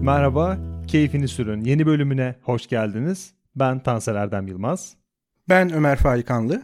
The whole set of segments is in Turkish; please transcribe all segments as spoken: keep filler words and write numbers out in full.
Merhaba, Keyfini Sürün yeni bölümüne hoş geldiniz. Ben Tansel Erdem Yılmaz. Ben Ömer Faikanlı.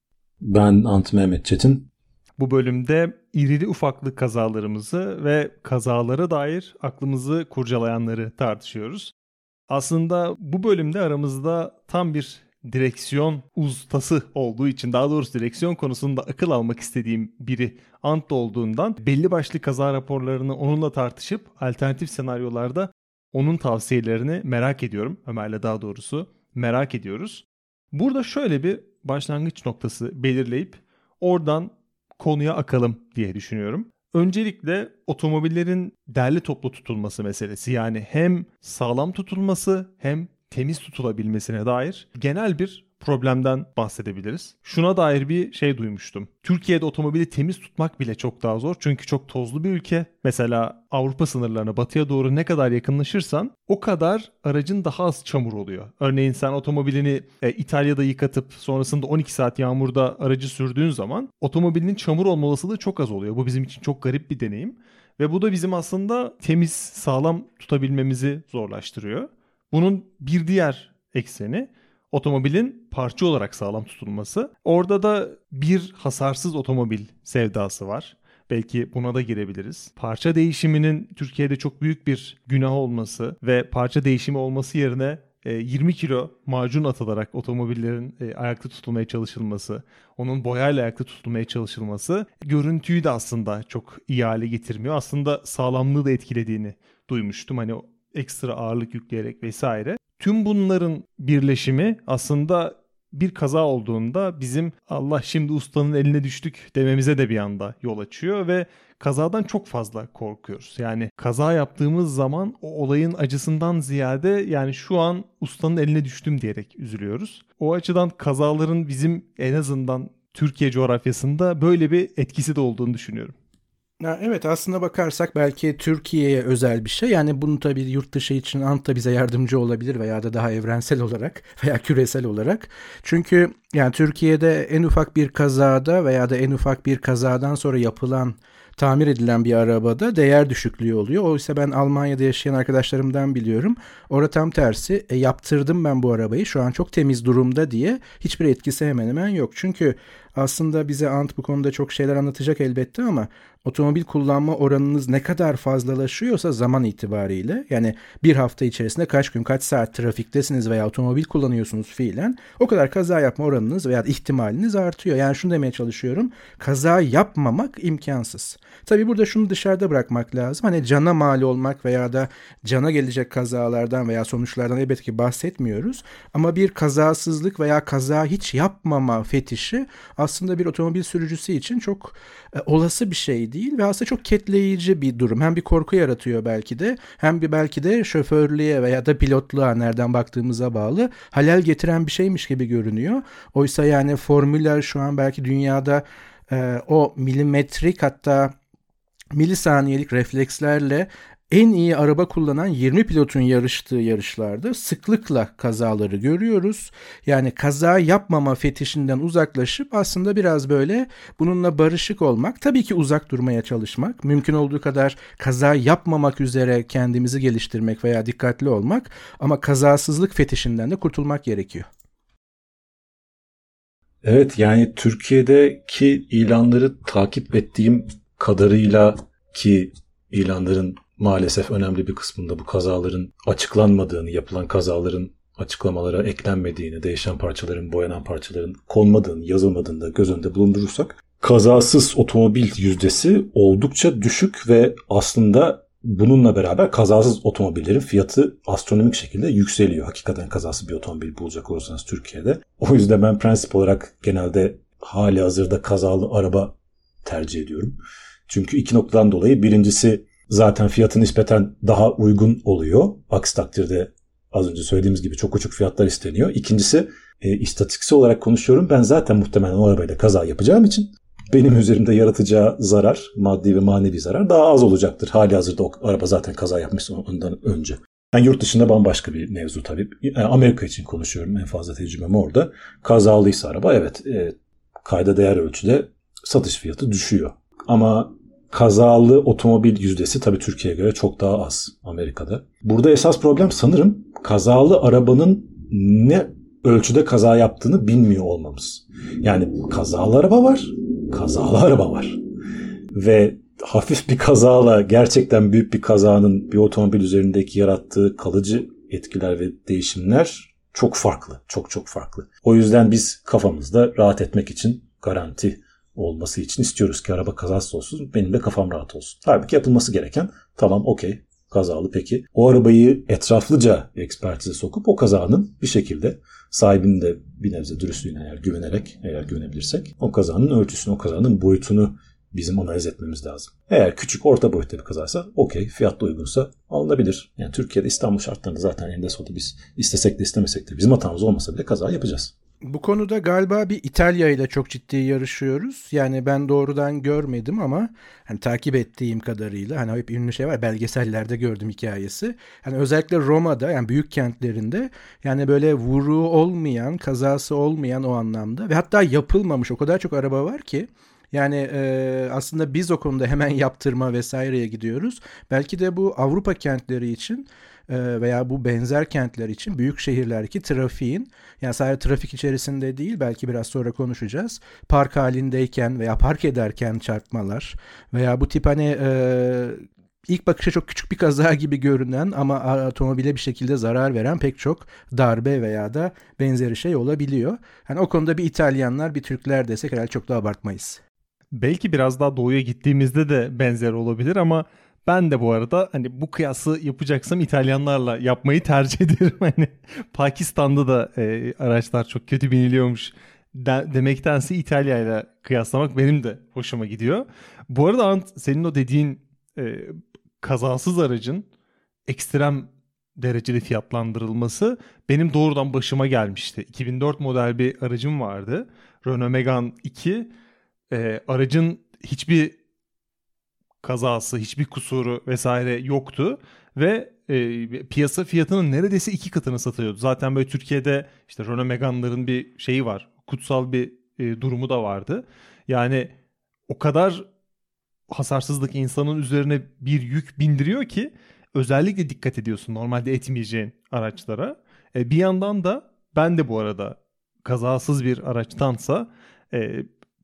Ben Ant Mehmet Çetin. Bu bölümde irili ufaklı kazalarımızı ve kazalara dair aklımızı kurcalayanları tartışıyoruz. Aslında bu bölümde aramızda tam bir direksiyon ustası olduğu için, daha doğrusu direksiyon konusunda akıl almak istediğim biri Ant olduğundan belli başlı kaza raporlarını onunla tartışıp alternatif senaryolarda onun tavsiyelerini merak ediyorum. Ömer'le daha doğrusu merak ediyoruz. Burada şöyle bir başlangıç noktası belirleyip oradan konuya akalım diye düşünüyorum. Öncelikle otomobillerin derli toplu tutulması meselesi, yani hem sağlam tutulması hem temiz tutulabilmesine dair genel bir problemden bahsedebiliriz. Şuna dair bir şey duymuştum. Türkiye'de otomobili temiz tutmak bile çok daha zor. Çünkü çok tozlu bir ülke. Mesela Avrupa sınırlarına, batıya doğru ne kadar yakınlaşırsan o kadar aracın daha az çamur oluyor. Örneğin sen otomobilini e, İtalya'da yıkatıp sonrasında on iki saat yağmurda aracı sürdüğün zaman otomobilinin çamur olma olasılığı çok az oluyor. Bu bizim için çok garip bir deneyim. Ve bu da bizim aslında temiz, sağlam tutabilmemizi zorlaştırıyor. Bunun bir diğer ekseni otomobilin parça olarak sağlam tutulması. Orada da bir hasarsız otomobil sevdası var. Belki buna da girebiliriz. Parça değişiminin Türkiye'de çok büyük bir günah olması ve parça değişimi olması yerine yirmi kilo macun atılarak otomobillerin ayakta tutulmaya çalışılması, onun boyayla ayakta tutulmaya çalışılması görüntüyü de aslında çok iyi hale getirmiyor. Aslında sağlamlığı da etkilediğini duymuştum. Hani ekstra ağırlık yükleyerek vesaire. Tüm bunların birleşimi aslında bir kaza olduğunda bizim Allah şimdi ustanın eline düştük dememize de bir anda yol açıyor ve kazadan çok fazla korkuyoruz. Yani kaza yaptığımız zaman o olayın acısından ziyade yani şu an ustanın eline düştüm diyerek üzülüyoruz. O açıdan kazaların bizim en azından Türkiye coğrafyasında böyle bir etkisi de olduğunu düşünüyorum. Evet, aslına bakarsak belki Türkiye'ye özel bir şey. Yani bunu tabii yurt dışı için Ant da bize yardımcı olabilir veya da daha evrensel olarak veya küresel olarak. Çünkü yani Türkiye'de en ufak bir kazada veya da en ufak bir kazadan sonra yapılan, tamir edilen bir arabada değer düşüklüğü oluyor. Oysa ben Almanya'da yaşayan arkadaşlarımdan biliyorum. Orada tam tersi, e, yaptırdım ben bu arabayı, şu an çok temiz durumda diye hiçbir etkisi hemen hemen yok. Çünkü aslında bize Ant bu konuda çok şeyler anlatacak elbette ama otomobil kullanma oranınız ne kadar fazlalaşıyorsa zaman itibariyle, yani bir hafta içerisinde kaç gün kaç saat trafiktesiniz veya otomobil kullanıyorsunuz fiilen, o kadar kaza yapma oranınız veya ihtimaliniz artıyor. Yani şunu demeye çalışıyorum, kaza yapmamak imkansız. Tabii burada şunu dışarıda bırakmak lazım. Hani cana mal olmak veya da cana gelecek kazalardan veya sonuçlardan elbette ki bahsetmiyoruz. Ama bir kazasızlık veya kaza hiç yapmama fetişi aslında bir otomobil sürücüsü için çok e, olası bir şey değil ve aslında çok ketleyici bir durum. Hem bir korku yaratıyor belki de, hem bir belki de şoförlüğe veya da pilotluğa, nereden baktığımıza bağlı, halel getiren bir şeymiş gibi görünüyor. Oysa yani formüller şu an belki dünyada e, o milimetrik, hatta milisaniyelik reflekslerle en iyi araba kullanan yirmi pilotun yarıştığı yarışlarda sıklıkla kazaları görüyoruz. Yani kaza yapmama fetişinden uzaklaşıp aslında biraz böyle bununla barışık olmak, tabii ki uzak durmaya çalışmak, mümkün olduğu kadar kaza yapmamak üzere kendimizi geliştirmek veya dikkatli olmak, ama kazasızlık fetişinden de kurtulmak gerekiyor. Evet, yani Türkiye'deki ilanları takip ettiğim kadarıyla, ki ilanların maalesef önemli bir kısmında bu kazaların açıklanmadığını, yapılan kazaların açıklamalara eklenmediğini, değişen parçaların, boyanan parçaların konmadığını, yazılmadığını da göz önünde bulundurursak, kazasız otomobil yüzdesi oldukça düşük ve aslında bununla beraber kazasız otomobillerin fiyatı astronomik şekilde yükseliyor. Hakikaten kazasız bir otomobil bulacak olursanız Türkiye'de. O yüzden ben prensip olarak genelde hali hazırda kazalı araba tercih ediyorum. Çünkü iki noktadan dolayı: birincisi, zaten fiyatı nispeten daha uygun oluyor. Aksi takdirde az önce söylediğimiz gibi çok uçuk fiyatlar isteniyor. İkincisi, e, istatistiksel olarak konuşuyorum. Ben zaten muhtemelen o arabayla kaza yapacağım için benim üzerimde yaratacağı zarar, maddi ve manevi zarar daha az olacaktır. Hali hazırda o araba zaten kaza yapmışsa ondan önce. Yani yurt dışında bambaşka bir mevzu tabii. Yani Amerika için konuşuyorum, en fazla tecrübem orada. Kazalıysa araba, evet, e, kayda değer ölçüde satış fiyatı düşüyor. Ama kazalı otomobil yüzdesi tabii Türkiye'ye göre çok daha az Amerika'da. Burada esas problem sanırım kazalı arabanın ne ölçüde kaza yaptığını bilmiyor olmamız. Yani kazalı araba var, kazalı araba var. Ve hafif bir kazayla gerçekten büyük bir kazanın bir otomobil üzerindeki yarattığı kalıcı etkiler ve değişimler çok farklı. Çok çok farklı. O yüzden biz kafamızda rahat etmek için, garanti olması için istiyoruz ki araba kazasız olsun, benim de kafam rahat olsun. Halbuki yapılması gereken, tamam okey, kazalı peki. O arabayı etraflıca ekspertize sokup o kazanın bir şekilde sahibinin de bir nebze dürüstlüğüne eğer güvenerek, eğer güvenebilirsek o kazanın ölçüsünü, o kazanın boyutunu bizim analiz etmemiz lazım. Eğer küçük, orta boyutta bir kazaysa okey, fiyatla uygunsa alınabilir. Yani Türkiye'de İstanbul şartlarında zaten eninde sonunda biz istesek de istemesek de bizim hatamız olmasa bile kaza yapacağız. Bu konuda galiba bir İtalya ile çok ciddi yarışıyoruz. Yani ben doğrudan görmedim ama hani takip ettiğim kadarıyla hani hep ünlü şey var, belgesellerde gördüm hikayesi. Hani özellikle Roma'da, yani büyük kentlerinde, yani böyle vuruğu olmayan, kazası olmayan o anlamda ve hatta yapılmamış o kadar çok araba var ki yani e, aslında biz o konuda hemen yaptırma vesaireye gidiyoruz. Belki de bu Avrupa kentleri için veya bu benzer kentler için büyük şehirlerdeki trafiğin, yani sadece trafik içerisinde değil, belki biraz sonra konuşacağız, park halindeyken veya park ederken çarpmalar veya bu tip hani e, ilk bakışa çok küçük bir kaza gibi görünen ama otomobile bir şekilde zarar veren pek çok darbe veya da benzeri şey olabiliyor. Yani o konuda bir İtalyanlar, bir Türkler desek herhalde çok da abartmayız. Belki biraz daha doğuya gittiğimizde de benzer olabilir ama ben de bu arada hani bu kıyası yapacaksam İtalyanlarla yapmayı tercih ederim. Hani Pakistan'da da e, araçlar çok kötü biniliyormuş de, demektense İtalya'yla kıyaslamak benim de hoşuma gidiyor. Bu arada Ant, senin o dediğin e, kazasız aracın ekstrem derecede fiyatlandırılması benim doğrudan başıma gelmişti. iki bin dört model bir aracım vardı. Renault Megane iki. E, aracın hiçbir kazası, hiçbir kusuru vesaire yoktu ve e, piyasa fiyatının neredeyse iki katını satıyordu. Zaten böyle Türkiye'de işte Renault Megane'ların bir şeyi var, kutsal bir e, durumu da vardı. Yani o kadar hasarsızlık insanın üzerine bir yük bindiriyor ki özellikle dikkat ediyorsun normalde etmeyeceğin araçlara. E, bir yandan da ben de bu arada kazasız bir araçtansa e,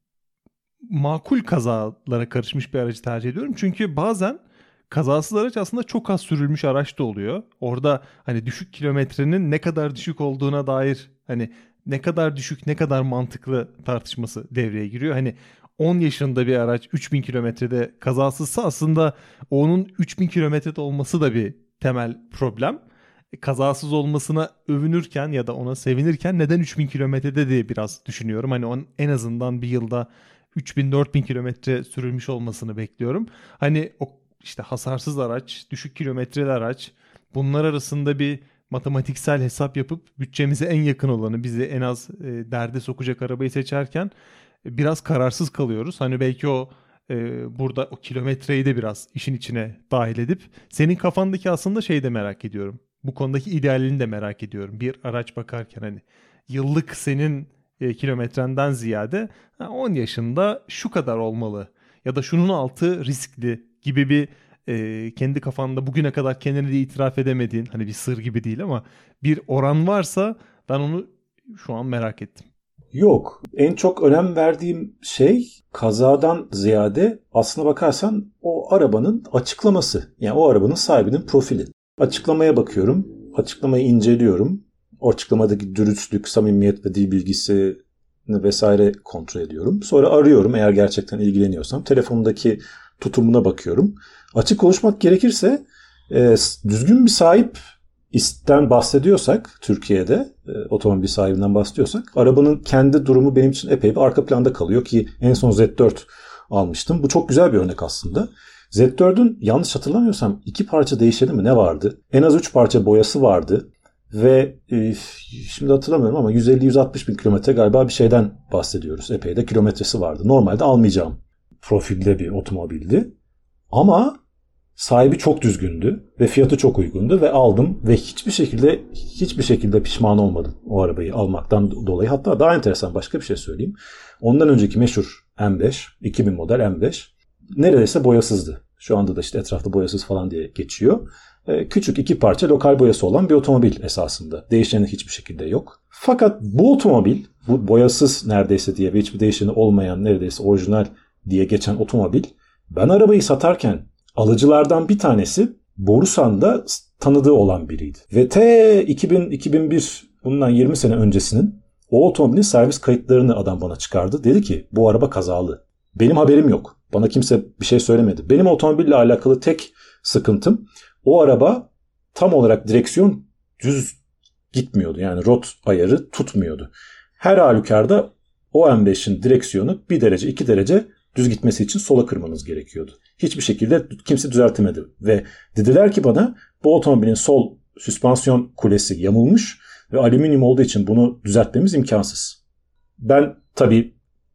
makul kazalara karışmış bir aracı tercih ediyorum. Çünkü bazen kazasız araç aslında çok az sürülmüş araç da oluyor. Orada hani düşük kilometrenin ne kadar düşük olduğuna dair hani ne kadar düşük, ne kadar mantıklı tartışması devreye giriyor. Hani on yaşında bir araç üç bin kilometrede kazasızsa aslında onun üç bin kilometrede olması da bir temel problem. Kazasız olmasına övünürken ya da ona sevinirken neden üç bin kilometrede diye biraz düşünüyorum. Hani onun en azından bir yılda üç bin dört bin kilometre sürülmüş olmasını bekliyorum. Hani o işte hasarsız araç, düşük kilometreli araç, bunlar arasında bir matematiksel hesap yapıp bütçemize en yakın olanı, bizi en az e, derde sokacak arabayı seçerken e, biraz kararsız kalıyoruz. Hani belki o e, burada o kilometreyi de biraz işin içine dahil edip senin kafandaki aslında şeyi de merak ediyorum. Bu konudaki idealini de merak ediyorum. Bir araç bakarken hani yıllık senin e, kilometrenden ziyade on yaşında şu kadar olmalı ya da şunun altı riskli gibi bir e, kendi kafanda bugüne kadar kendini de itiraf edemediğin, hani bir sır gibi değil ama bir oran varsa ben onu şu an merak ettim. Yok. En çok önem verdiğim şey kazadan ziyade aslına bakarsan o arabanın açıklaması. Yani o arabanın sahibinin profili. Açıklamaya bakıyorum. Açıklamayı inceliyorum. O açıklamadaki dürüstlük, samimiyet ve dil bilgisi vesaire kontrol ediyorum. Sonra arıyorum eğer gerçekten ilgileniyorsam. Telefondaki tutumuna bakıyorum. Açık konuşmak gerekirse e, düzgün bir sahip isten bahsediyorsak Türkiye'de e, otomobil sahibinden bahsediyorsak arabanın kendi durumu benim için epey bir arka planda kalıyor ki en son Z dört almıştım. Bu çok güzel bir örnek aslında. Z dördün yanlış hatırlamıyorsam iki parça değişeni mi ne vardı? En az üç parça boyası vardı ve e, şimdi hatırlamıyorum ama yüz elli yüz altmış bin kilometre galiba bir şeyden bahsediyoruz. Epey de kilometresi vardı. Normalde almayacağım profilde bir otomobildi. Ama sahibi çok düzgündü ve fiyatı çok uygundu ve aldım ve hiçbir şekilde hiçbir şekilde pişman olmadım o arabayı almaktan dolayı. Hatta daha enteresan başka bir şey söyleyeyim. Ondan önceki meşhur M beş, iki bin model M beş neredeyse boyasızdı. Şu anda da işte etrafta boyasız falan diye geçiyor. Ee, küçük iki parça lokal boyası olan bir otomobil esasında. Değişeni hiçbir şekilde yok. Fakat bu otomobil, bu boyasız neredeyse diye ve hiçbir değişeni olmayan neredeyse orijinal diye geçen otomobil, ben arabayı satarken alıcılardan bir tanesi Borusan'da tanıdığı olan biriydi. Ve T iki bin iki bin bir, bundan yirmi sene öncesinin o otomobilin servis kayıtlarını adam bana çıkardı. Dedi ki bu araba kazalı. Benim haberim yok. Bana kimse bir şey söylemedi. Benim otomobille alakalı tek sıkıntım, o araba tam olarak direksiyon düz gitmiyordu. Yani rot ayarı tutmuyordu. Her halükarda o M beşin direksiyonu bir derece iki derece düz gitmesi için sola kırmanız gerekiyordu. Hiçbir şekilde kimse düzeltemedi. Ve dediler ki bana bu otomobilin sol süspansiyon kulesi yamulmuş ve alüminyum olduğu için bunu düzeltmemiz imkansız. Ben tabii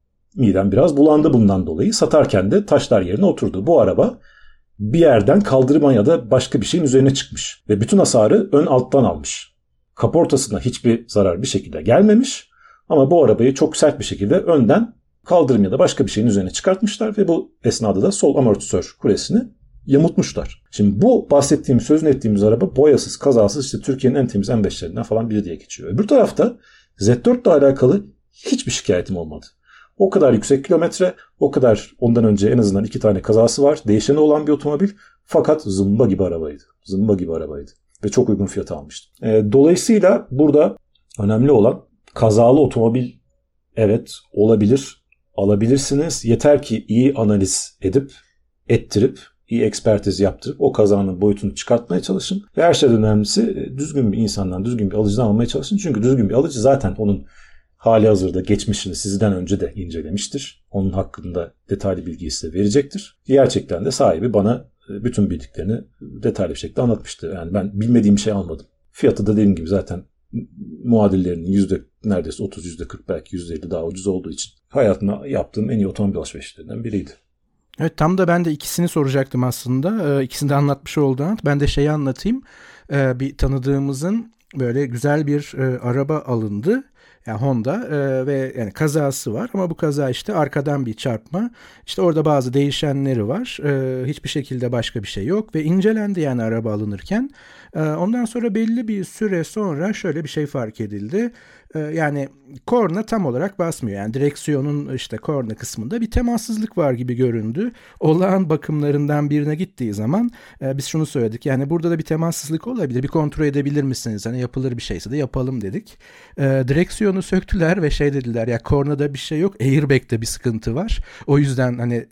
midem biraz bulandı bundan dolayı. Satarken de taşlar yerine oturdu. Bu araba bir yerden kaldırıma ya da başka bir şeyin üzerine çıkmış. Ve bütün hasarı ön alttan almış. Kaportasına hiçbir zarar bir şekilde gelmemiş. Ama bu arabayı çok sert bir şekilde önden kaldırım ya da başka bir şeyin üzerine çıkartmışlar. Ve bu esnada da sol amortisör kulesini yamultmuşlar. Şimdi bu bahsettiğimiz, sözünü ettiğimiz araba boyasız, kazasız, işte Türkiye'nin en temiz M beşlerinden falan biri diye geçiyor. Öbür tarafta Z dört ile alakalı hiçbir şikayetim olmadı. O kadar yüksek kilometre, o kadar ondan önce en azından iki tane kazası var. Değişeni olan bir otomobil. Fakat zımba gibi arabaydı. Zımba gibi arabaydı. Ve çok uygun fiyata almıştım. E, dolayısıyla burada önemli olan kazalı otomobil, evet olabilir, alabilirsiniz. Yeter ki iyi analiz edip, ettirip, iyi ekspertiz yaptırıp o kazanın boyutunu çıkartmaya çalışın. Ve her şeyden önemlisi düzgün bir insandan, düzgün bir alıcıdan almaya çalışın. Çünkü düzgün bir alıcı zaten onun hali hazırda geçmişini sizden önce de incelemiştir. Onun hakkında detaylı bilgiyi size verecektir. Gerçekten de sahibi bana bütün bildiklerini detaylı bir şekilde anlatmıştı. Yani ben bilmediğim bir şey almadım. Fiyatı da dediğim gibi zaten muadillerinin yüzde neredeyse otuz, yüzde kırk, belki yüzde elli daha ucuz olduğu için hayatımda yaptığım en iyi otomobil alışverişlerinden biriydi. Evet, tam da ben de ikisini soracaktım aslında. Ee, ikisini de anlatmış oldun. Ben de şeyi anlatayım. Ee, bir tanıdığımızın böyle güzel bir e, araba alındı. Yani Honda e, ve yani kazası var ama bu kaza işte arkadan bir çarpma. İşte orada bazı değişenleri var. E, hiçbir şekilde başka bir şey yok ve incelendi yani araba alınırken. E, ondan sonra belli bir süre sonra şöyle bir şey fark edildi. E, yani korna tam olarak basmıyor. Yani direksiyonun işte korna kısmında bir temassızlık var gibi göründü. Olağan bakımlarından birine gittiği zaman e, biz şunu söyledik. Yani burada da bir temassızlık olabilir. Bir kontrol edebilir misiniz? Hani yapılır bir şeyse de yapalım dedik. E, direksiyonu söktüler ve şey dediler ya kornada bir şey yok. Airbag'de bir sıkıntı var. O yüzden hani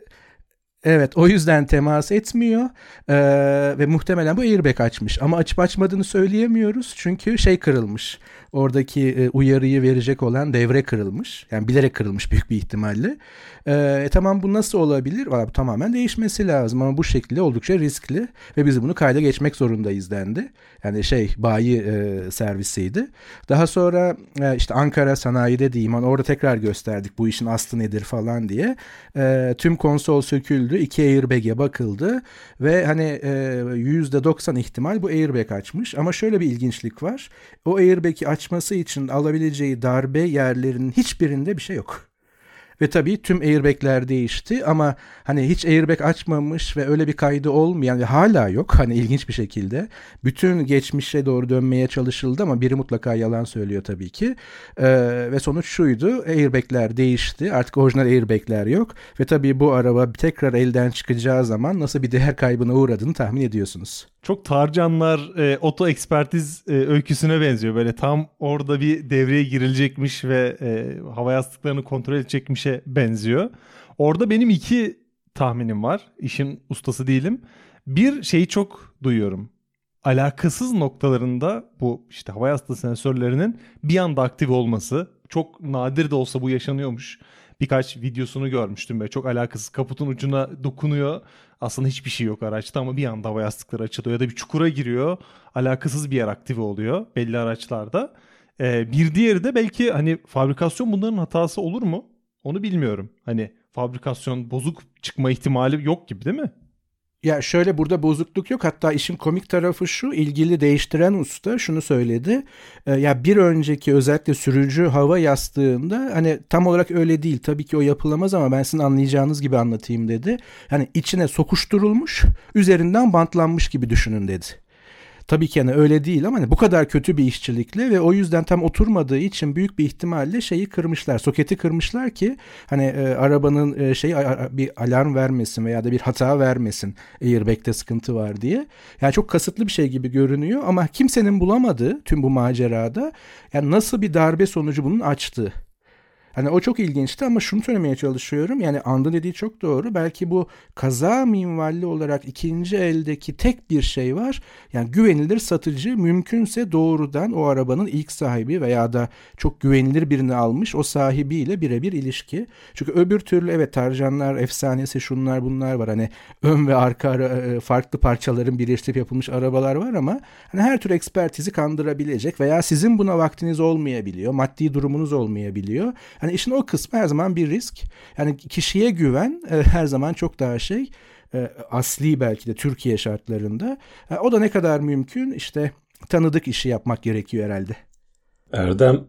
evet o yüzden temas etmiyor ee, ve muhtemelen bu airbag açmış ama açıp açmadığını söyleyemiyoruz çünkü şey kırılmış, oradaki e, uyarıyı verecek olan devre kırılmış, yani bilerek kırılmış büyük bir ihtimalle. Ee, e, tamam bu nasıl olabilir? Aa, bu tamamen değişmesi lazım ama bu şekilde oldukça riskli ve biz bunu kayda geçmek zorundayız dendi. Yani şey bayi e, servisiydi. Daha sonra e, işte Ankara sanayide diyeyim, hani orada tekrar gösterdik bu işin aslı nedir falan diye. E, tüm konsol söküldü, iki airbag'e bakıldı ve hani e, yüzde doksan ihtimal bu airbag açmış ama şöyle bir ilginçlik var. O airbag'i açması için alabileceği darbe yerlerinin hiçbirinde bir şey yok. Ve tabii tüm airbag'ler değişti ama hani hiç airbag açmamış ve öyle bir kaydı olmayan ve hala yok hani ilginç bir şekilde. Bütün geçmişe doğru dönmeye çalışıldı ama biri mutlaka yalan söylüyor tabii ki. Ee, ve sonuç şuydu, airbag'ler değişti, artık orijinal airbag'ler yok ve tabii bu araba tekrar elden çıkacağı zaman nasıl bir değer kaybına uğradığını tahmin ediyorsunuz. Çok Tarcanlar e, oto ekspertiz e, öyküsüne benziyor. Böyle tam orada bir devreye girilecekmiş ve e, hava yastıklarını kontrol edecekmişe benziyor. Orada benim iki tahminim var. İşin ustası değilim. Bir şeyi çok duyuyorum. Alakasız noktalarında bu işte hava yastığı sensörlerinin bir anda aktif olması. Çok nadir de olsa bu yaşanıyormuş. Birkaç videosunu görmüştüm böyle çok alakasız, kaputun ucuna dokunuyor. Aslında hiçbir şey yok araçta ama bir anda hava yastıkları açılıyor ya da bir çukura giriyor. Alakasız bir yer aktive oluyor belli araçlarda. Ee, bir diğeri de belki hani fabrikasyon bunların hatası olur mu? Onu bilmiyorum. Hani fabrikasyon bozuk çıkma ihtimali yok gibi değil mi? Ya şöyle, burada bozukluk yok. Hatta işin komik tarafı şu, ilgili değiştiren usta şunu söyledi. E, ya bir önceki özellikle sürücü hava yastığında hani tam olarak öyle değil. Tabii ki o yapılamaz ama ben sizin anlayacağınız gibi anlatayım dedi. Yani içine sokuşturulmuş, üzerinden bantlanmış gibi düşünün dedi. Tabii ki yani öyle değil ama hani bu kadar kötü bir işçilikle ve o yüzden tam oturmadığı için büyük bir ihtimalle şeyi kırmışlar, soketi kırmışlar ki hani e, arabanın e, şey a, bir alarm vermesin veya da bir hata vermesin, airbag'te sıkıntı var diye. Yani çok kasıtlı bir şey gibi görünüyor ama kimsenin bulamadığı tüm bu macerada yani nasıl bir darbe sonucu bunun açtığı. Hani o çok ilginçti ama şunu söylemeye çalışıyorum. Yani Andın dediği çok doğru. Belki bu kaza minvalli olarak ikinci eldeki tek bir şey var. Yani güvenilir satıcı mümkünse doğrudan o arabanın ilk sahibi veya da çok güvenilir birini almış o sahibiyle birebir ilişki. Çünkü öbür türlü evet tarjanlar efsanesi şunlar bunlar var. Hani ön ve arka ara, farklı parçaların birleştirip yapılmış arabalar var ama hani her tür ekspertizi kandırabilecek veya sizin buna vaktiniz olmayabiliyor. Maddi durumunuz olmayabiliyor. Hani işin o kısmı her zaman bir risk. Yani kişiye güven e, her zaman çok daha şey e, asli belki de Türkiye şartlarında. E, o da ne kadar mümkün işte tanıdık işi yapmak gerekiyor herhalde. Erdem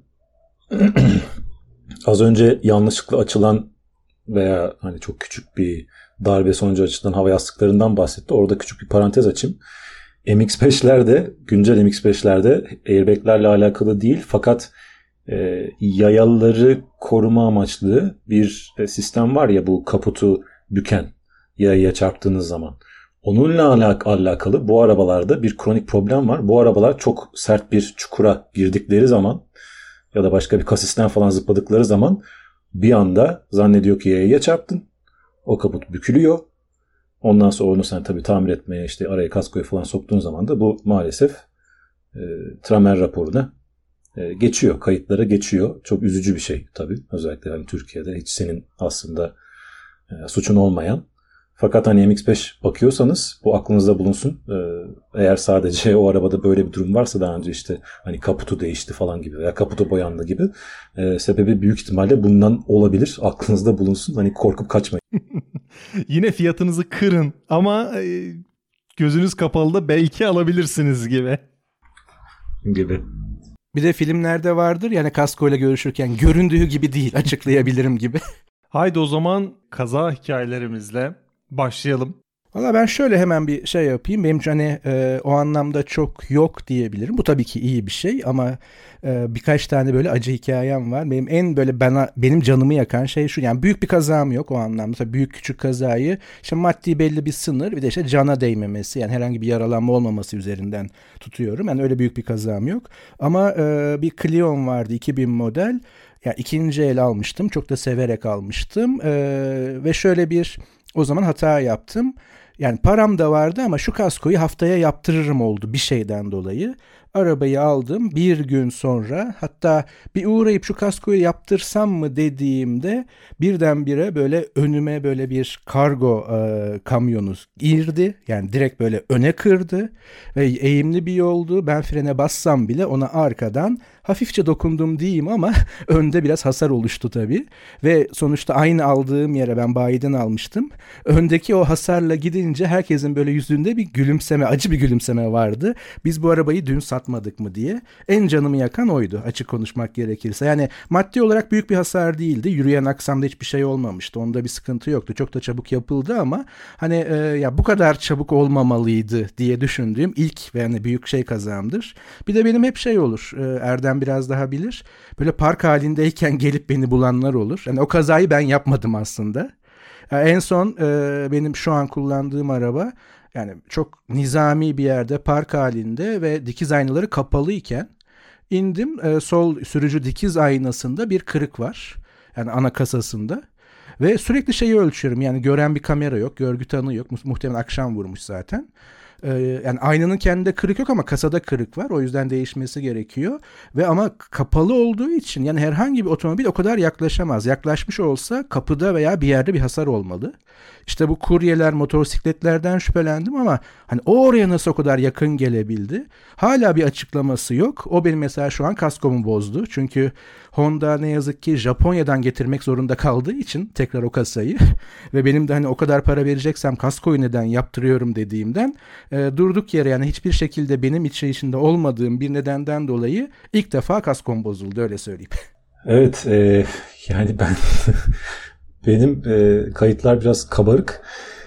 az önce yanlışlıkla açılan veya hani çok küçük bir darbe sonucu açılan hava yastıklarından bahsetti. Orada küçük bir parantez açayım. M X beşlerde, güncel M X beşlerde airbag'lerle alakalı değil fakat E, yayaları koruma amaçlı bir e, sistem var ya, bu kaputu büken yayaya çarptığınız zaman. Onunla alak- alakalı bu arabalarda bir kronik problem var. Bu arabalar çok sert bir çukura girdikleri zaman ya da başka bir kasisten falan zıpladıkları zaman bir anda zannediyor ki yayaya çarptın. O kaput bükülüyor. Ondan sonra onu sen tabii tamir etmeye işte araya kaskoyu falan soktuğun zaman da bu maalesef e, tramer raporuna geçiyor, kayıtlara geçiyor. Çok üzücü bir şey tabii. Özellikle hani Türkiye'de hiç senin aslında e, suçun olmayan. Fakat hani M X beş bakıyorsanız bu aklınızda bulunsun. E, eğer sadece o arabada böyle bir durum varsa daha önce işte hani kaputu değişti falan gibi veya kaputu boyandı gibi e, sebebi büyük ihtimalle bundan olabilir. Aklınızda bulunsun. Hani korkup kaçmayın. Yine fiyatınızı kırın ama e, gözünüz kapalı da belki alabilirsiniz gibi. Gibi. Bir de filmlerde vardır yani kaskoyla görüşürken göründüğü gibi değil açıklayabilirim gibi. Haydi o zaman kaza hikayelerimizle başlayalım. Valla ben şöyle hemen bir şey yapayım. Benim hani e, o anlamda çok yok diyebilirim. Bu tabii ki iyi bir şey ama e, birkaç tane böyle acı hikayem var. Benim en böyle bana benim canımı yakan şey şu. Yani büyük bir kazam yok o anlamda. Tabii büyük küçük kazayı işte maddi belli bir sınır bir de işte cana değmemesi yani herhangi bir yaralanma olmaması üzerinden tutuyorum. Yani öyle büyük bir kazam yok. Ama e, bir Clio'm vardı iki bin model. Yani ikinci el almıştım. Çok da severek almıştım. E, ve şöyle bir o zaman hata yaptım. Yani param da vardı ama şu kaskoyu haftaya yaptırırım oldu bir şeyden dolayı. Arabayı aldım bir gün sonra hatta bir uğrayıp şu kaskoyu yaptırsam mı dediğimde birdenbire böyle önüme böyle bir kargo e, kamyonu girdi. Yani direkt böyle öne kırdı ve eğimli bir yoldu. Ben frene bassam bile ona arkadan hafifçe dokundum diyeyim ama önde biraz hasar oluştu tabii. Ve sonuçta aynı aldığım yere ben bayiden almıştım. Öndeki o hasarla gidince herkesin böyle yüzünde bir gülümseme, acı bir gülümseme vardı. Biz bu arabayı dün satmadık mı diye. En canımı yakan oydu açık konuşmak gerekirse. Yani maddi olarak büyük bir hasar değildi. Yürüyen aksamda hiçbir şey olmamıştı. Onda bir sıkıntı yoktu. Çok da çabuk yapıldı ama hani e, ya bu kadar çabuk olmamalıydı diye düşündüğüm ilk ve yani büyük şey kazamdır. Bir de benim hep şey olur. E, Erdem biraz daha bilir. Böyle park halindeyken gelip beni bulanlar olur. Yani o kazayı ben yapmadım aslında. Yani en son e, benim şu an kullandığım araba yani çok nizami bir yerde park halinde ve dikiz aynaları kapalıyken indim. E, sol sürücü dikiz aynasında bir kırık var. Yani ana kasasında. Ve sürekli şeyi ölçüyorum. Yani gören bir kamera yok. Görgü tanığı yok. Muhtemelen akşam vurmuş zaten. Ee, yani aynanın kendinde kırık yok ama kasada kırık var. O yüzden değişmesi gerekiyor. Ve ama kapalı olduğu için yani herhangi bir otomobil o kadar yaklaşamaz. Yaklaşmış olsa kapıda veya bir yerde bir hasar olmalı. İşte bu kuryeler, motosikletlerden şüphelendim ama hani o oraya nasıl o kadar yakın gelebildi? Hala bir açıklaması yok. O benim mesela şu an kaskomu bozdu. Çünkü Honda ne yazık ki Japonya'dan getirmek zorunda kaldığı için tekrar o kasayı ve benim de hani o kadar para vereceksem kaskoyu neden yaptırıyorum dediğimden e, durduk yere yani hiçbir şekilde benim içerisinde olmadığım bir nedenden dolayı ilk defa kaskom bozuldu, öyle söyleyeyim. Evet e, yani ben benim e, kayıtlar biraz kabarık.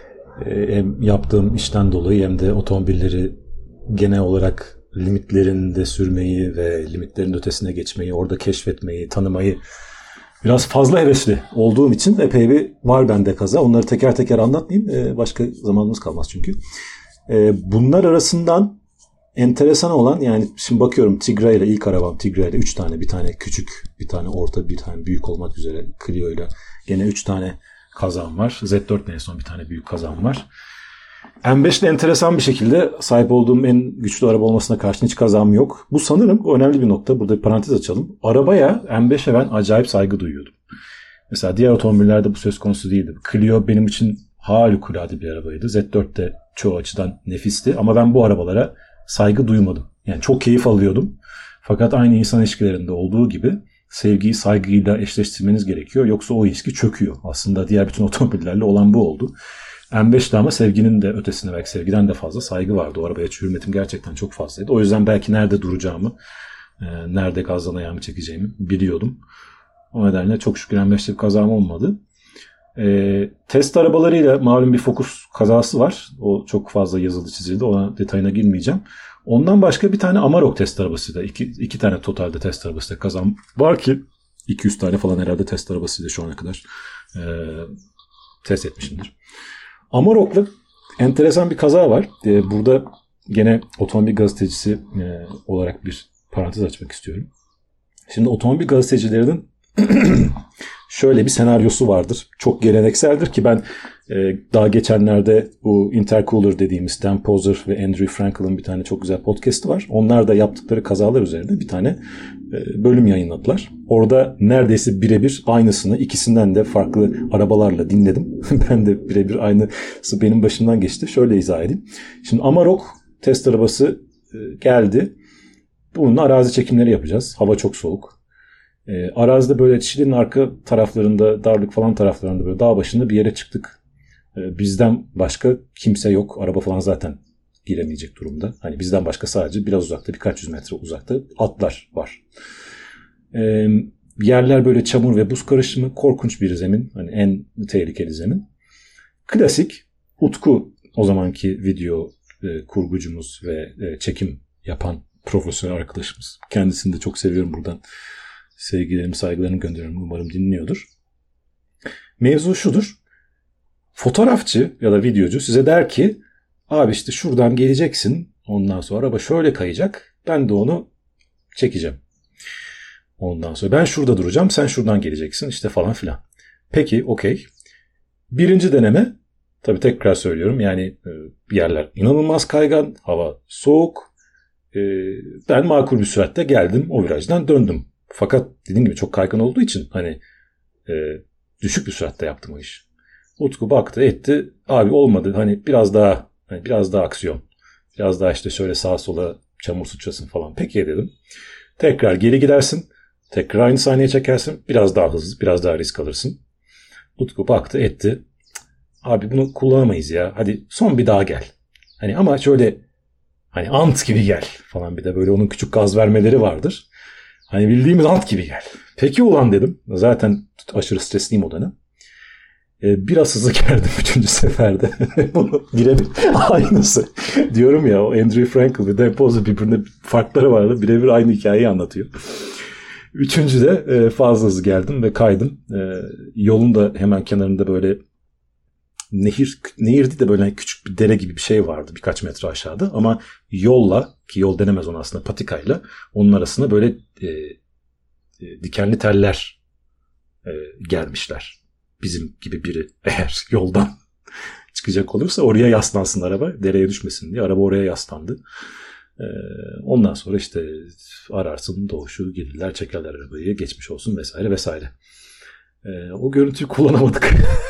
E, hem yaptığım işten dolayı hem de otomobilleri genel olarak limitlerinde sürmeyi ve limitlerin ötesine geçmeyi, orada keşfetmeyi, tanımayı biraz fazla hevesli olduğum için epey bir var bende kaza. Onları teker teker anlatmayayım. Ee, başka zamanımız kalmaz çünkü. Ee, bunlar arasından enteresan olan, yani şimdi bakıyorum Tigra ile, ilk arabam Tigra ile üç tane, bir tane küçük, bir tane orta, bir tane büyük olmak üzere Clio ile gene üç tane kazam var. Z dört en son bir tane büyük kazam var. M beş ile enteresan bir şekilde sahip olduğum en güçlü araba olmasına karşın hiç kazam yok. Bu sanırım önemli bir nokta. Burada bir parantez açalım. Arabaya, M beşe ben acayip saygı duyuyordum. Mesela diğer otomobillerde bu söz konusu değildi. Clio benim için harikulade bir arabaydı. Z dört de çoğu açıdan nefisti. Ama ben bu arabalara saygı duymadım. Yani çok keyif alıyordum. Fakat aynı insan ilişkilerinde olduğu gibi sevgiyi saygıyla eşleştirmeniz gerekiyor. Yoksa o ilişki çöküyor. Aslında diğer bütün otomobillerle olan bu oldu. M beşte ama sevginin de ötesine, belki sevgiden de fazla saygı vardı. O arabaya hürmetim gerçekten çok fazlaydı. O yüzden belki nerede duracağımı, nerede gazdan ayağımı çekeceğimi biliyordum. O nedenle çok şükür M beşte bir kazam olmadı. E, test arabalarıyla malum bir Focus kazası var. O çok fazla yazıldı, çizildi. Ona detayına girmeyeceğim. Ondan başka bir tane Amarok test arabasıyla, iki, iki tane totalde test arabasıyla kazam var ki iki yüz tane falan herhalde test arabasıyla şu ana kadar e, test etmişimdir. Amarok'la enteresan bir kaza var. Ee, burada gene otomobil gazetecisi e, olarak bir parantez açmak istiyorum. Şimdi otomobil gazetecilerinin şöyle bir senaryosu vardır. Çok gelenekseldir ki ben e, daha geçenlerde bu Intercooler dediğimiz Dan Pozer ve Andrew Frankel'ın bir tane çok güzel podcast'ı var. Onlar da yaptıkları kazalar üzerine bir tane e, bölüm yayınladılar. Orada neredeyse birebir aynısını ikisinden de farklı arabalarla dinledim. Ben de birebir aynısı benim başımdan geçti. Şöyle izah edeyim. Şimdi Amarok test arabası e, geldi. Bununla arazi çekimleri yapacağız. Hava çok soğuk. E, arazide böyle Şili'nin arka taraflarında, Darlık falan taraflarında böyle dağ başında bir yere çıktık. E, bizden başka kimse yok. Araba falan zaten giremeyecek durumda. Hani bizden başka sadece biraz uzakta, birkaç yüz metre uzakta atlar var. E, yerler böyle çamur ve buz karışımı. Korkunç bir zemin. Hani en tehlikeli zemin. Klasik Utku, o zamanki video e, kurgucumuz ve e, çekim yapan profesyonel arkadaşımız. Kendisini de çok seviyorum buradan. Sevgilerimi, saygılarımı gönderiyorum. Umarım dinliyordur. Mevzu şudur. Fotoğrafçı ya da videocu size der ki abi işte şuradan geleceksin. Ondan sonra araba şöyle kayacak. Ben de onu çekeceğim. Ondan sonra ben şurada duracağım. Sen şuradan geleceksin işte falan filan. Peki okey. Birinci deneme, tabii tekrar söylüyorum. Yani bir yerler inanılmaz kaygan. Hava soğuk. Ben makul bir süratte geldim. O virajdan döndüm. Fakat dediğim gibi çok kaygan olduğu için hani e, düşük bir süratte yaptım o işi. Utku baktı etti. Abi olmadı. Hani biraz daha hani biraz daha aksiyon. Biraz daha işte şöyle sağa sola çamur sıçrasın falan. Peki dedim. Tekrar geri gidersin. Tekrar aynı sahneye çekersin. Biraz daha hızlı, biraz daha risk alırsın. Utku baktı etti. Abi bunu kullanamayız ya. Hadi son bir daha gel. Hani ama şöyle hani ant gibi gel falan, bir de böyle onun küçük gaz vermeleri vardır. Hani bildiğimiz ant gibi gel. Peki ulan dedim. Zaten aşırı stresliyim o dönem. Ee, biraz hızlı geldim üçüncü seferde. Bunu birebir aynısı. Diyorum ya, o Andrew Frankel ve Dan Pozer birbirine farkları vardı. Birebir aynı hikayeyi anlatıyor. Üçüncüde e, fazla hızlı geldim ve kaydım. E, yolun da hemen kenarında böyle nehir, nehir değil de böyle küçük bir dere gibi bir şey vardı birkaç metre aşağıda. Ama yolla, ki yol denemez onu aslında, patikayla onun arasına böyle e, e, dikenli teller e, gelmişler. Bizim gibi biri eğer yoldan çıkacak olursa oraya yaslansın araba. Dereye düşmesin diye. Araba oraya yaslandı. Ee, ondan sonra işte ararsın Doğuş'u, gelirler çekerler arabayı, geçmiş olsun vesaire vesaire. Ee, o görüntüyü kullanamadık.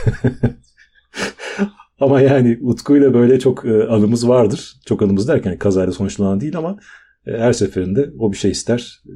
Ama yani Utku'yla böyle çok e, anımız vardır. Çok anımız derken kazayla sonuçlanan değil ama e, her seferinde o bir şey ister. E,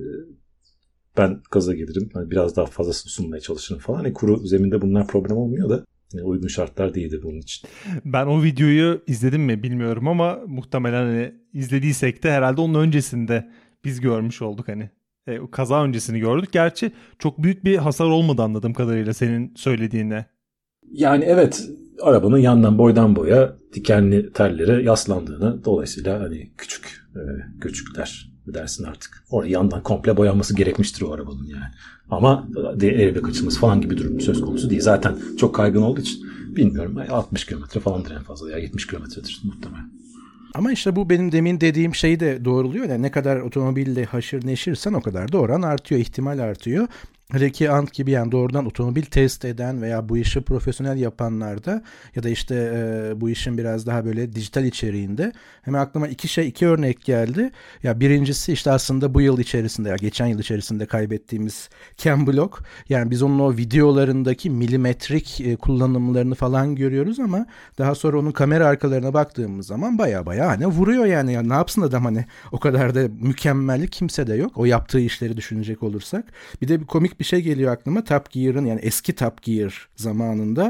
ben gaza gelirim. Hani biraz daha fazlasını sunmaya çalışırım falan. E, kuru zeminde bunlar problem olmuyor da e, uygun şartlar değildi bunun için. Ben o videoyu izledim mi bilmiyorum ama muhtemelen hani izlediysek de herhalde onun öncesinde biz görmüş olduk hani. E, o kaza öncesini gördük. Gerçi çok büyük bir hasar olmadı anladığım kadarıyla senin söylediğine. Yani evet, arabanın yandan boydan boya dikenli tellere yaslandığını, dolayısıyla hani küçük e, göçükler dersin artık. Oraya yandan komple boyanması gerekmiştir o arabanın yani. Ama airbag açılması falan gibi durum söz konusu değil. Zaten çok kaygın olduğu için bilmiyorum, altmış kilometre falandır en fazla ya yetmiş kilometredir muhtemelen. Ama işte bu benim demin dediğim şeyi de doğruluyor. Yani ne kadar otomobille haşır neşirsen o kadar da oran artıyor, ihtimal artıyor. Hele ki Ant gibi yani doğrudan otomobil test eden veya bu işi profesyonel yapanlarda ya da işte e, bu işin biraz daha böyle dijital içeriğinde hemen aklıma iki şey, iki örnek geldi. Ya birincisi işte aslında bu yıl içerisinde ya geçen yıl içerisinde kaybettiğimiz Ken Block. Yani biz onun o videolarındaki milimetrik e, kullanımlarını falan görüyoruz ama daha sonra onun kamera arkalarına baktığımız zaman baya baya hani vuruyor yani. Ya ne yapsın adam, hani o kadar da mükemmellik kimse de yok. O yaptığı işleri düşünecek olursak. Bir de bir komik bir şey geliyor aklıma. Top Gear'ın yani eski Top Gear zamanında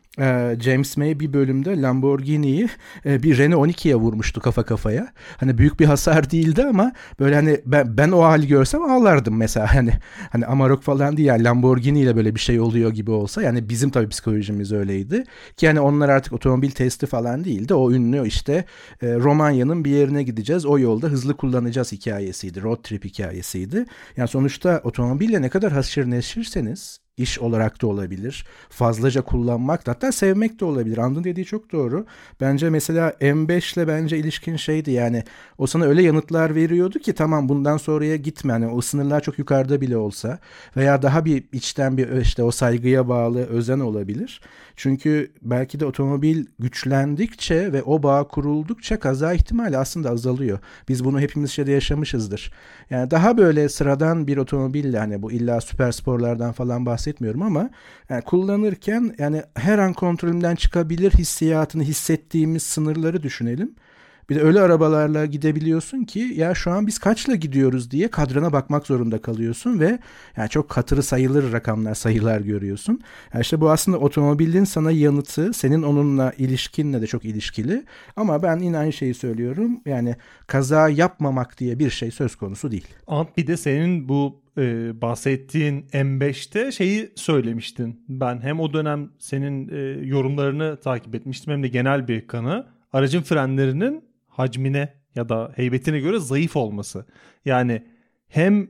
James May bir bölümde Lamborghini'yi bir Renault on ikiye vurmuştu kafa kafaya. Hani büyük bir hasar değildi ama böyle hani ben, ben o hali görsem ağlardım mesela. Hani hani Amarok falan değil yani Lamborghini ile böyle bir şey oluyor gibi olsa. Yani bizim tabii psikolojimiz öyleydi. Ki yani onlar artık otomobil testi falan değildi. O ünlü işte Romanya'nın bir yerine gideceğiz. O yolda hızlı kullanacağız hikayesiydi. Road trip hikayesiydi. Yani sonuçta otomobille ne kadar haşır neşirseniz, İş olarak da olabilir. Fazlaca kullanmak da, hatta sevmek de olabilir. Andın dediği çok doğru. Bence mesela M beş ile bence ilişkin şeydi yani. O sana öyle yanıtlar veriyordu ki tamam bundan sonraya gitme. Yani o sınırlar çok yukarıda bile olsa veya daha bir içten bir işte o saygıya bağlı özen olabilir. Çünkü belki de otomobil güçlendikçe ve o bağ kuruldukça kaza ihtimali aslında azalıyor. Biz bunu hepimiz şeyde yaşamışızdır. Yani daha böyle sıradan bir otomobille, hani bu illa süper sporlardan falan bahsetmiyorum ama yani kullanırken yani her an kontrolümden çıkabilir hissiyatını hissettiğimiz sınırları düşünelim. Bir de öyle arabalarla gidebiliyorsun ki ya şu an biz kaçla gidiyoruz diye kadrana bakmak zorunda kalıyorsun ve yani çok hatırı sayılır rakamlar, sayılar görüyorsun. Yani işte bu aslında otomobilin sana yanıtı, senin onunla ilişkinle de çok ilişkili. Ama ben yine aynı şeyi söylüyorum. Yani kaza yapmamak diye bir şey söz konusu değil. Ant, bir de senin bu e, bahsettiğin M beşte şeyi söylemiştin. Ben hem o dönem senin e, yorumlarını takip etmiştim hem de genel bir kanı. Aracın frenlerinin hacmine ya da heybetine göre zayıf olması. Yani hem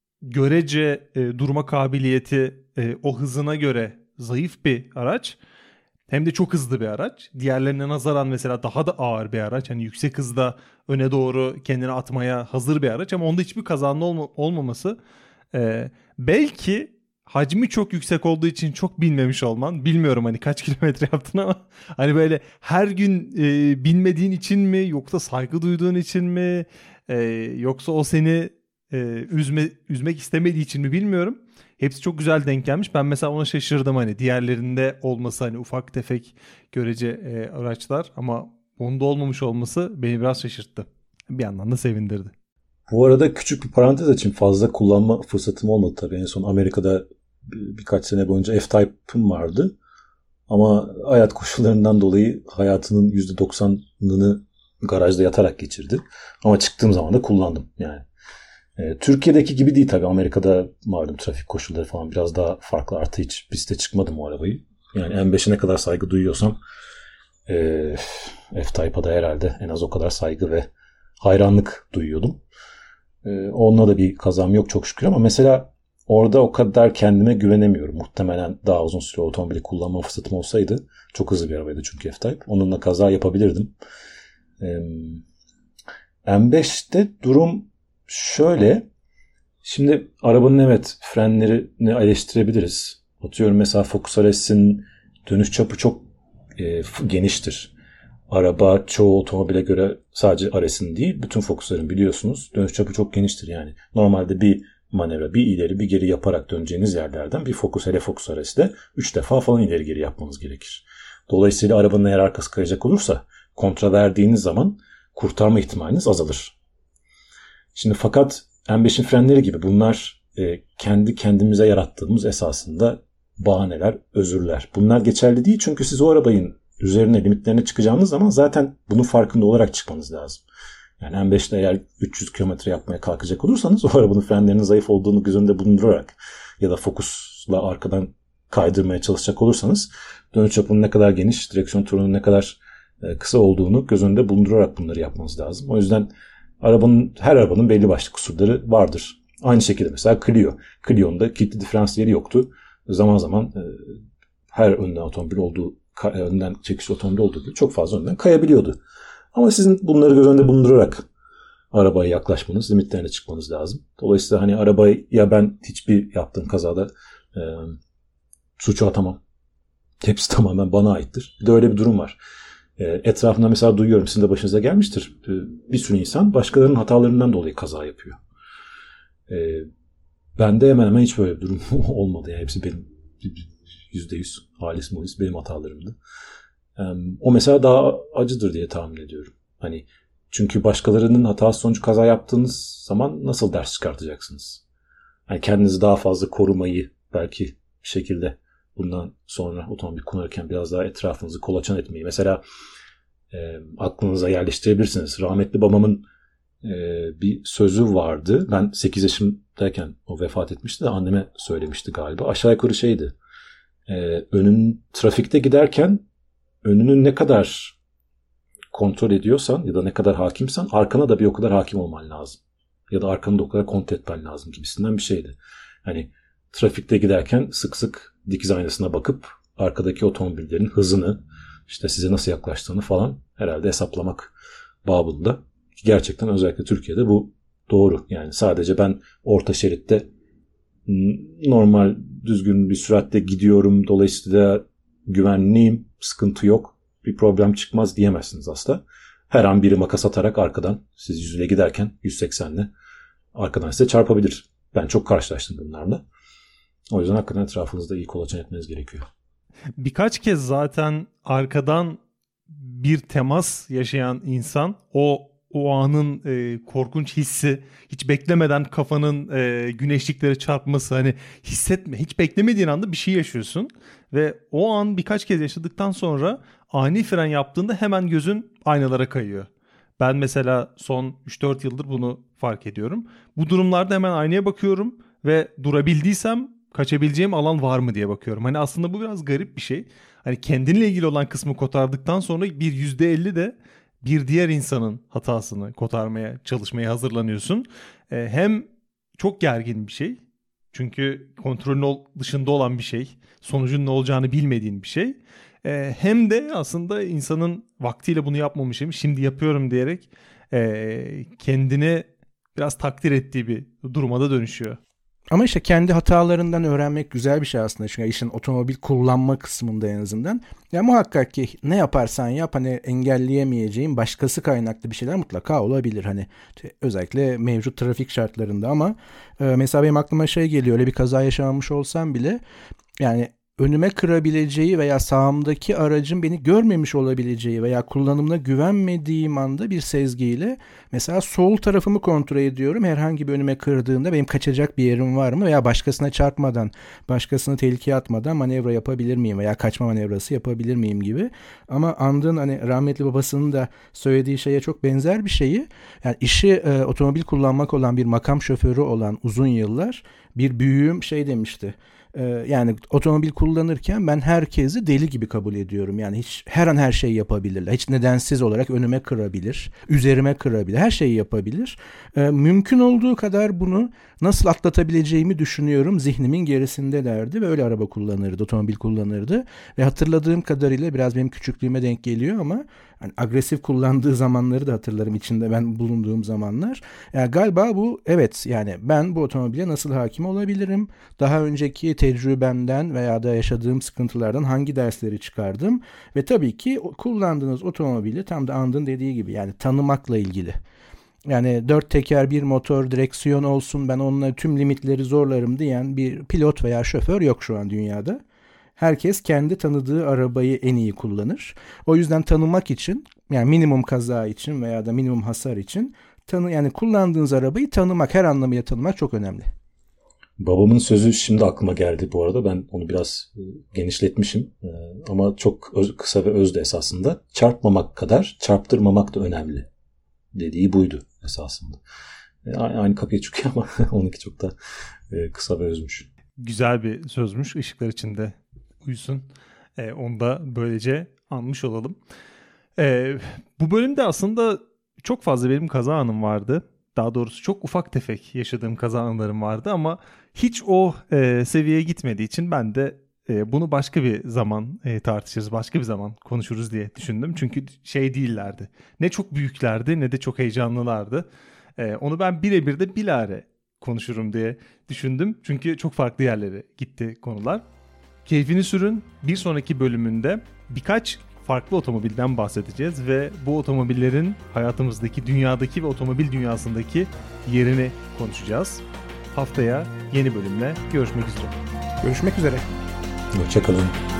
görece e, durma kabiliyeti e, o hızına göre zayıf bir araç hem de çok hızlı bir araç. Diğerlerine nazaran mesela daha da ağır bir araç. Hani yüksek hızda öne doğru kendini atmaya hazır bir araç ama onda hiçbir kazanma olma, olmaması e, belki hacmi çok yüksek olduğu için çok binmemiş olman. Bilmiyorum hani kaç kilometre yaptın ama hani böyle her gün e, binmediğin için mi yoksa saygı duyduğun için mi e, yoksa o seni e, üzme, üzmek istemediği için mi bilmiyorum. Hepsi çok güzel denk gelmiş. Ben mesela ona şaşırdım hani diğerlerinde olması hani ufak tefek görece e, araçlar ama onda olmamış olması beni biraz şaşırttı. Bir yandan da sevindirdi. Bu arada küçük bir parantez açayım. Fazla kullanma fırsatım olmadı tabii. En son Amerika'da bir, birkaç sene boyunca F-Type'ım vardı. Ama hayat koşullarından dolayı hayatının yüzde doksanını garajda yatarak geçirdi. Ama çıktığım zaman da kullandım yani. E, Türkiye'deki gibi değil tabii. Amerika'da malum trafik koşulları falan biraz daha farklı. Artı hiç piste çıkmadım o arabayı. Yani M beşe ne kadar saygı duyuyorsam e, F-Type'a da herhalde en az o kadar saygı ve hayranlık duyuyordum. E, onunla da bir kazam yok çok şükür ama mesela orada o kadar kendime güvenemiyorum. Muhtemelen daha uzun süre otomobili kullanma fırsatım olsaydı, çok hızlı bir arabaydı çünkü F-Type. Onunla kaza yapabilirdim. E, M beşte durum şöyle. Şimdi arabanın evet frenlerini eleştirebiliriz. Atıyorum mesela Focus R S'in dönüş çapı çok e, geniştir. Araba çoğu otomobile göre sadece R S'in değil, bütün Focus'ların biliyorsunuz dönüş çapı çok geniştir yani. Normalde bir manevra bir ileri bir geri yaparak döneceğiniz yerlerden bir Focus, hele Focus R S'de üç defa falan ileri geri yapmanız gerekir. Dolayısıyla arabanın eğer arkası kayacak olursa kontra verdiğiniz zaman kurtarma ihtimaliniz azalır. Şimdi fakat M beşin frenleri gibi bunlar e, kendi kendimize yarattığımız esasında bahaneler, özürler. Bunlar geçerli değil çünkü siz o arabanın üzerine, limitlerine çıkacağınız zaman zaten bunun farkında olarak çıkmanız lazım. Yani M beşte eğer üç yüz kilometre yapmaya kalkacak olursanız o arabanın frenlerinin zayıf olduğunu göz önünde bulundurarak ya da Focus'la arkadan kaydırmaya çalışacak olursanız dönüş çapının ne kadar geniş, direksiyon turunun ne kadar kısa olduğunu göz önünde bulundurarak bunları yapmanız lazım. O yüzden arabanın, her arabanın belli başlı kusurları vardır. Aynı şekilde mesela Clio. Clio'nun da kilitli diferansiyeli yoktu. Zaman zaman e, her önden otomobil olduğu, önden çekişli otomobil olduğu gibi çok fazla önden kayabiliyordu. Ama sizin bunları göz önünde bulundurarak arabaya yaklaşmanız, limitlerine çıkmanız lazım. Dolayısıyla hani arabaya ben hiçbir yaptığım kazada e, suçu atamam. Hepsi tamamen bana aittir. Bir de öyle bir durum var. E, etrafında mesela duyuyorum, sizin de başınıza gelmiştir. E, bir sürü insan başkalarının hatalarından dolayı kaza yapıyor. E, bende hemen hemen hiç böyle bir durum olmadı. Yani hepsi benim yüzde yüz halis mulis benim hatalarımdı. E, o mesela daha acıdır diye tahmin ediyorum. Hani çünkü başkalarının hatası sonucu kaza yaptığınız zaman nasıl ders çıkartacaksınız? Yani kendinizi daha fazla korumayı belki bir şekilde bundan sonra otomobil kullanırken biraz daha etrafınızı kolaçan etmeyi mesela e, aklınıza yerleştirebilirsiniz. Rahmetli babamın e, bir sözü vardı. Ben sekiz yaşımdayken o vefat etmişti de anneme söylemişti galiba. Aşağı yukarı şeydi. E, önün trafikte giderken önünü ne kadar kontrol ediyorsan ya da ne kadar hakimsen arkana da bir o kadar hakim olman lazım. Ya da arkanı da o kadar kontrol etmen lazım gibisinden bir şeydi. Hani trafikte giderken sık sık dikiz aynasına bakıp arkadaki otomobillerin hızını, işte size nasıl yaklaştığını falan herhalde hesaplamak babında. Gerçekten özellikle Türkiye'de bu doğru. Yani sadece ben orta şeritte normal düzgün bir süratle gidiyorum, dolayısıyla güvenliyim, sıkıntı yok, bir problem çıkmaz diyemezsiniz aslında. Her an biri makas atarak arkadan siz yüz ile giderken yüz seksenle arkadan size çarpabilir. Ben çok karşılaştım bunlarla. O yüzden hakikaten etrafınızda iyi kolaçan etmeniz gerekiyor. Birkaç kez zaten arkadan bir temas yaşayan insan o o anın e, korkunç hissi, hiç beklemeden kafanın e, güneşliklere çarpması, hani hissetme, hiç beklemediğin anda bir şey yaşıyorsun ve o an birkaç kez yaşadıktan sonra ani fren yaptığında hemen gözün aynalara kayıyor. Ben mesela son üç dört yıldır bunu fark ediyorum. Bu durumlarda hemen aynaya bakıyorum ve durabildiysem kaçabileceğim alan var mı diye bakıyorum. Hani aslında bu biraz garip bir şey. Hani kendinle ilgili olan kısmı kotardıktan sonra bir yüzde elli de bir diğer insanın hatasını kotarmaya çalışmaya hazırlanıyorsun. Ee, hem çok gergin bir şey. Çünkü kontrolün dışında olan bir şey. Sonucun ne olacağını bilmediğin bir şey. Ee, hem de aslında insanın vaktiyle bunu yapmamışım, şimdi yapıyorum diyerek e, kendini biraz takdir ettiği bir duruma da dönüşüyor. Ama işte kendi hatalarından öğrenmek güzel bir şey aslında. Çünkü işin otomobil kullanma kısmında en azından. Ya muhakkak ki ne yaparsan yap hani engelleyemeyeceğin başkası kaynaklı bir şeyler mutlaka olabilir. Hani özellikle mevcut trafik şartlarında ama e, mesela benim aklıma şey geliyor. Öyle bir kaza yaşanmış olsam bile yani önüme kırabileceği veya sağımdaki aracın beni görmemiş olabileceği veya kullanımına güvenmediğim anda bir sezgiyle mesela sol tarafımı kontrol ediyorum. Herhangi bir önüme kırdığında benim kaçacak bir yerim var mı veya başkasına çarpmadan, başkasını tehlikeye atmadan manevra yapabilir miyim veya kaçma manevrası yapabilir miyim gibi. Ama andığın hani rahmetli babasının da söylediği şeye çok benzer bir şeyi, yani işi e, otomobil kullanmak olan bir makam şoförü olan uzun yıllar bir büyüğüm şey demişti. Yani otomobil kullanırken ben herkesi deli gibi kabul ediyorum. Yani hiç her an her şeyi yapabilirler. Hiç nedensiz olarak önüme kırabilir, üzerime kırabilir, her şeyi yapabilir. Ee, mümkün olduğu kadar bunu nasıl atlatabileceğimi düşünüyorum. Zihnimin gerisinde derdi ve öyle araba kullanırdı, otomobil kullanırdı. Ve hatırladığım kadarıyla biraz benim küçüklüğüme denk geliyor ama yani agresif kullandığı zamanları da hatırlarım, içinde ben bulunduğum zamanlar. Yani galiba bu evet, yani ben bu otomobile nasıl hakim olabilirim? Daha önceki tecrübemden veya da yaşadığım sıkıntılardan hangi dersleri çıkardım ve tabii ki kullandığınız otomobili tam da And'ın dediği gibi yani tanımakla ilgili. Yani dört teker bir motor direksiyon olsun ben onunla tüm limitleri zorlarım diyen bir pilot veya şoför yok şu an dünyada. Herkes kendi tanıdığı arabayı en iyi kullanır. O yüzden tanımak için yani minimum kaza için veya da minimum hasar için tanı yani kullandığınız arabayı tanımak, her anlamıyla tanımak çok önemli. Babamın sözü şimdi aklıma geldi bu arada. Ben onu biraz genişletmişim. Ama çok öz, kısa ve özde esasında. Çarpmamak kadar çarptırmamak da önemli dediği buydu esasında. Aynı kapıya çıkıyor ama onunki çok da kısa ve özmüş. Güzel bir sözmüş. Işıklar içinde uyusun. Ee, onu da böylece anmış olalım. Ee, bu bölümde aslında çok fazla benim kaza anım vardı. Daha doğrusu çok ufak tefek yaşadığım kaza anılarım vardı ama hiç o e, seviyeye gitmediği için ben de e, bunu başka bir zaman e, tartışırız, başka bir zaman konuşuruz diye düşündüm. Çünkü şey değillerdi. Ne çok büyüklerdi ne de çok heyecanlılardı. E, onu ben birebir de bilare konuşurum diye düşündüm. Çünkü çok farklı yerlere gitti konular. Keyfini sürün. Bir sonraki bölümünde birkaç farklı otomobilden bahsedeceğiz ve bu otomobillerin hayatımızdaki, dünyadaki ve otomobil dünyasındaki yerini konuşacağız. Haftaya yeni bölümle görüşmek üzere. Görüşmek üzere. Hoşça kalın.